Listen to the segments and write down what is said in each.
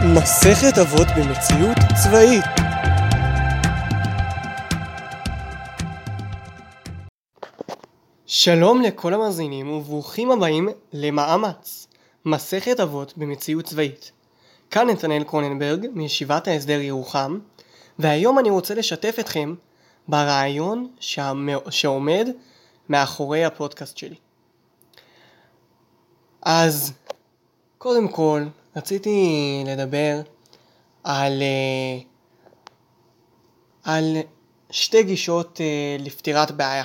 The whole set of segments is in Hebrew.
מסכת אבות במציאות צבאית. שלום לכל המאזינים וברוכים הבאים למאמץ, מסכת אבות במציאות צבאית. כאן נתנאל קרוננברג מישיבת ההסדר ירוחם, והיום אני רוצה לשתף אתכם ברעיון שעומד מאחורי הפודקאסט שלי. אז קודם כל רציתי לדבר על שתי גישות לפתירת בעיה.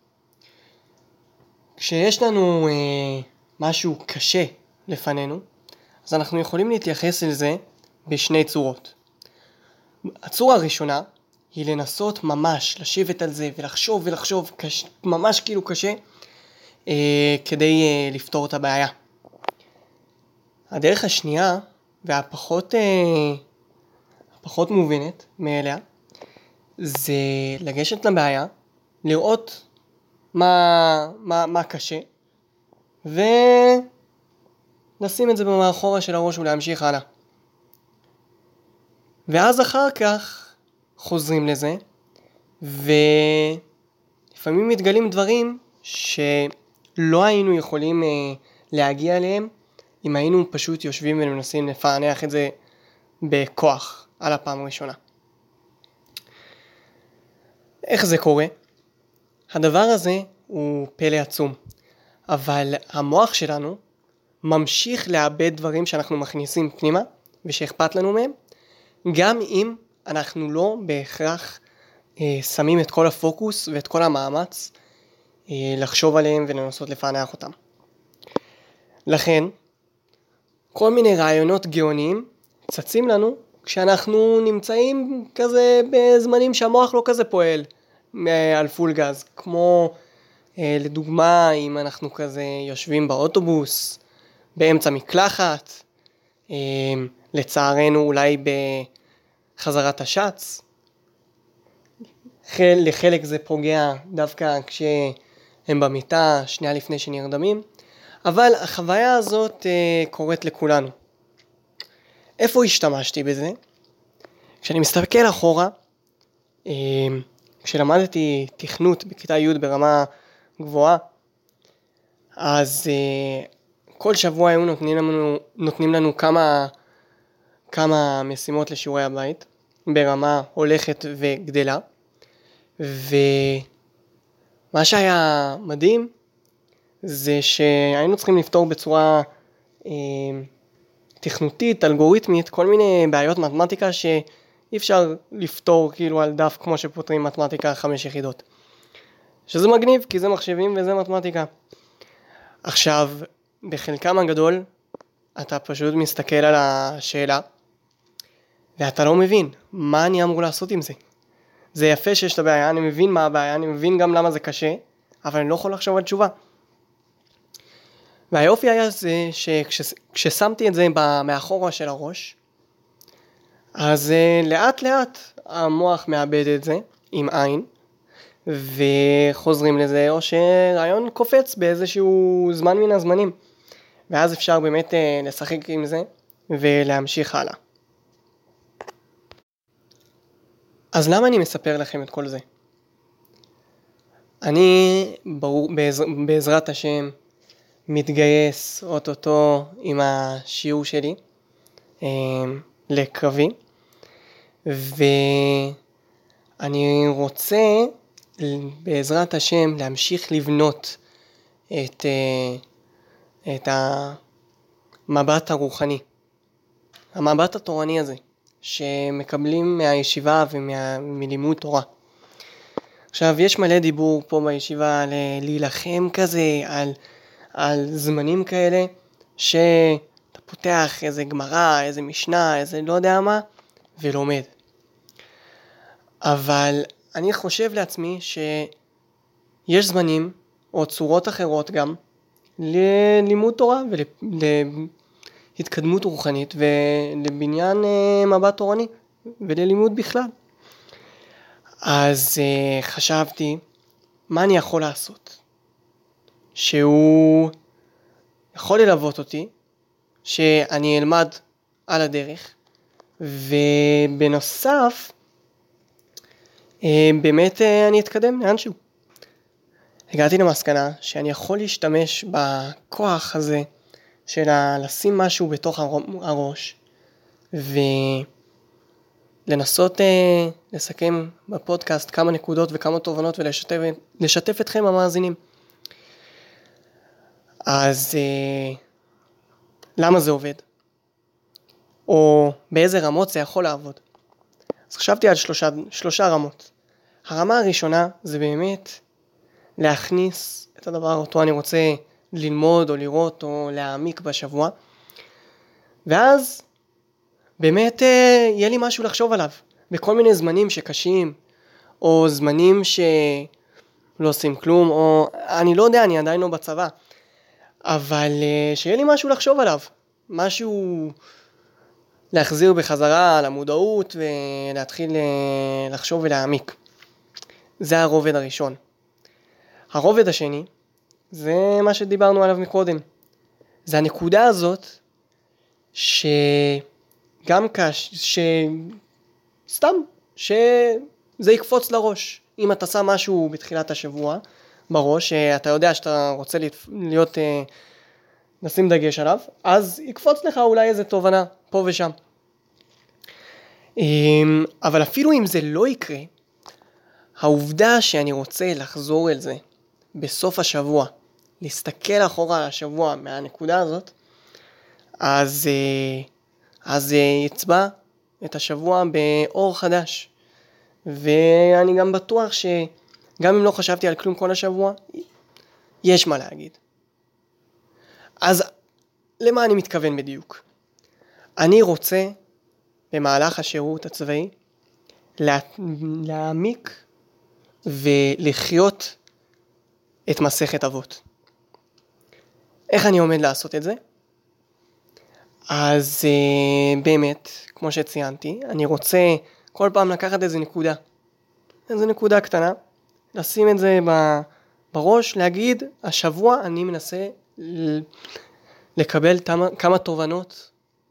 כשיש לנו משהו קשה לפנינו, אז אנחנו יכולים להתייחס לזה בשני צורות. הצורה הראשונה היא לנסות ממש לשבת על זה ולחשוב ממש כאילו קשה כדי לפתור את הבעיה. הדרך השנייה והפחות מובנת מאליה זה לגשת לבעיה, לראות מה קשה ולשים את זה במאחורה של הראש ולהמשיך הלאה. ואז אחר כך חוזרים לזה ולפעמים מתגלים דברים שלא היינו יכולים להגיע אליהם אם היינו פשוט יושבים ומנסים לפענח את זה בכוח על הפעם הראשונה. איך זה קורה? הדבר הזה הוא פלא עצום, אבל המוח שלנו ממשיך לאבד דברים שאנחנו מכניסים פנימה ושאכפת לנו מהם, גם אם אנחנו לא בהכרח שמים את כל הפוקוס ואת כל המאמץ לחשוב עליהם ולנסות לפענח אותם. לכן, כל מיני רעיונות גאוניים צצים לנו כשאנחנו נמצאים כזה בזמנים שהמוח לא כזה פועל על פול גז, כמו לדוגמה אם אנחנו כזה יושבים באוטובוס באמצע מקלחת, לצערנו אולי בחזרת השץ, לחלק זה פוגע דווקא כשהם במיטה שנייה לפני שנרדמים, אבל החוויה הזאת קורית לכולנו. איפה השתמשתי בזה? כשאני מסתכל אחורה, כשלמדתי תכנות בכיתה י' ברמה גבוהה, אז כל שבוע היו נותנים לנו כמה משימות לשיעורי הבית ברמה הולכת וגדלה, ומה שהיה מדהים זה שהיינו צריכים לפתור בצורה תכנותית, אלגוריתמית, כל מיני בעיות מתמטיקה שאי אפשר לפתור כאילו על דף כמו שפותרים מתמטיקה 5 יחידות. שזה מגניב כי זה מחשבים וזה מתמטיקה. עכשיו, בחלקם הגדול אתה פשוט מסתכל על השאלה ואתה לא מבין מה אני אמור לעשות עם זה. זה יפה שיש את הבעיה, אני מבין מה הבעיה, אני מבין גם למה זה קשה, אבל אני לא יכול לחשוב על תשובה. והיופי היה זה שכששמתי את זה מאחורה של הראש, אז לאט לאט המוח מאבד את זה עם עין, וחוזרים לזה, או שרעיון קופץ באיזשהו זמן מן הזמנים. ואז אפשר באמת לשחק עם זה ולהמשיך הלאה. אז למה אני מספר לכם את כל זה? אני בעזרת השם מתגייס אוטוטו עם השיעור שלי לקרבי, ואני רוצה בעזרת השם להמשיך לבנות את המבט הרוחני, המבט התורני הזה שמקבלים מהישיבה ומלימוד תורה. עכשיו יש מלא דיבור פה בישיבה להילחם כזה על זמנים כאלה שאתה פותח איזה גמרא, איזה משנה, איזה לא יודע מה ולומד. אבל אני חושב לעצמי שיש זמנים או צורות אחרות גם ללימוד תורה ולהתקדמות רוחנית ולבניין מבט תורני וללימוד בכלל. אז חשבתי מה אני יכול לעשות שהוא יכול ללוות אותי, שאני אלמד על הדרך ובנוסף, באמת אני אתקדם לאנשהו. הגעתי למסקנה שאני יכול להשתמש בכוח הזה של לשים משהו בתוך הראש ולנסות לסכם בפודקאסט כמה נקודות וכמה תובנות ולשתף אתכם המאזינים. אז למה זה עובד? או באיזה רמות זה יכול לעבוד? אז חשבתי על שלושה רמות. הרמה הראשונה זה באמת להכניס את הדבר אותו אני רוצה ללמוד או לראות או להעמיק בשבוע. ואז באמת יהיה לי משהו לחשוב עליו. בכל מיני זמנים שקשים, או זמנים שלא עושים כלום, או אני לא יודע, אני עדיין לא בצבא. אבל שיהיה לי משהו לחשוב עליו. משהו להחזיר בחזרה למודעות ולהתחיל לחשוב ולהעמיק. זה הרובד הראשון. הרובד השני, זה מה שדיברנו עליו מקודם. זה הנקודה הזאת שגם סתם, שזה יקפוץ לראש. אם אתה שם משהו בתחילת השבוע בראש, אתה יודע שאתה רוצה נשים דגש עליו, אז יקפוץ לך אולי איזה תובנה פה ושם. אבל אפילו אם זה לא יקרה, העובדה שאני רוצה לחזור אל זה בסוף השבוע, להסתכל אחורה על השבוע מהנקודה הזאת, אז יצבע את השבוע באור חדש. ואני גם בטוח שגם אם לא חשבתי על כלום כל השבוע, יש מה להגיד. אז למה אני מתכוון בדיוק? אני רוצה במהלך השירות הצבאי להעמיק ולחיות את מסכת אבות. איך אני עומד לעשות את זה? אז באמת, כמו שציינתי, אני רוצה כל פעם לקחת איזו נקודה קטנה, לשים את זה בראש, להגיד, השבוע אני מנסה לקבל כמה תובנות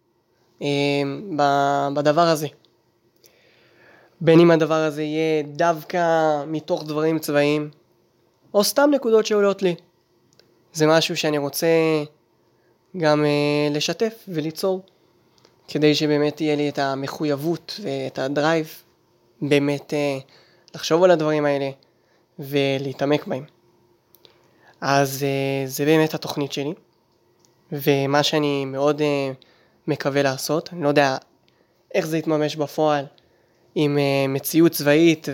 בדבר הזה. בין אם הדבר הזה יהיה דווקא מתוך דברים צבאיים, או סתם נקודות שעולות לי. זה משהו שאני רוצה גם לשתף וליצור, כדי שבאמת תהיה לי את המחויבות ואת הדרייב, באמת לחשוב על הדברים האלה ולהתעמק בהם. אז זה באמת התוכנית שלי, ומה שאני מאוד מקווה לעשות. אני לא יודע איך זה יתממש בפועל, עם מציאות צבאית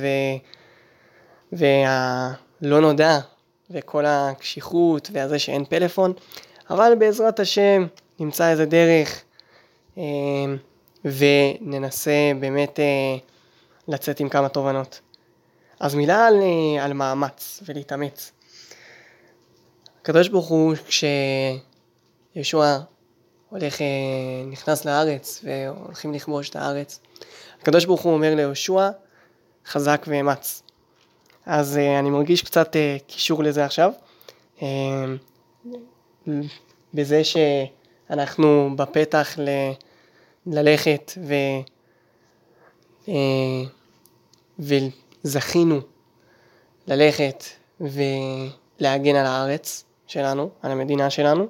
והלא נודע, וכל הקשיחות והזה שאין פלאפון, אבל בעזרת השם נמצא איזה דרך וננסה באמת לצאת עם כמה תובנות. אז מילה על מאמץ ולהתאמץ. הקדוש ברוך הוא, כשישוע נכנס לארץ והולכים לכבוש את הארץ, הקדוש ברוך הוא אומר לישוע, חזק ואמץ. אז אני מרגיש קצת קישור לזה עכשיו, בזה שאנחנו בפתח ללכת וזכינו ללכת ולהגן על הארץ שלנו, על המדינה שלנו,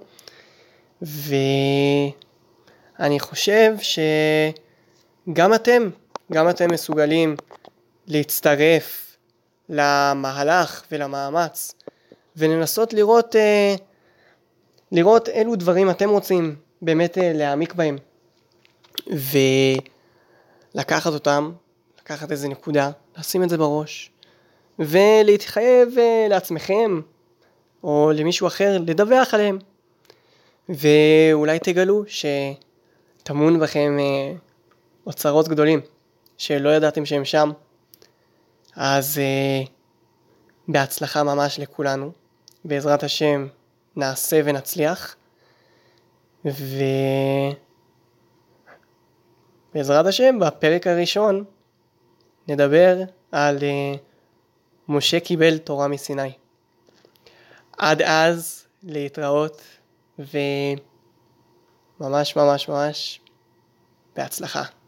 ואני חושב שגם אתם מסוגלים להצטרף למהלך ולמאמץ, ולנסות לראות אילו דברים אתם רוצים באמת להעמיק בהם, ולקחת אותם, לקחת איזה נקודה, לשים את זה בראש, ולהתחייב לעצמכם, או למישהו אחר, לדווח עליהם. ואולי תגלו שטמון בכם אוצרות גדולים, שלא ידעתם שהם שם. אז בהצלחה ממש לכולנו, בעזרת השם נעשה ונצליח, ובעזרת השם בפרק הראשון נדבר על משה קיבל תורה מסיני. עד אז להתראות, וממש ממש ממש בהצלחה.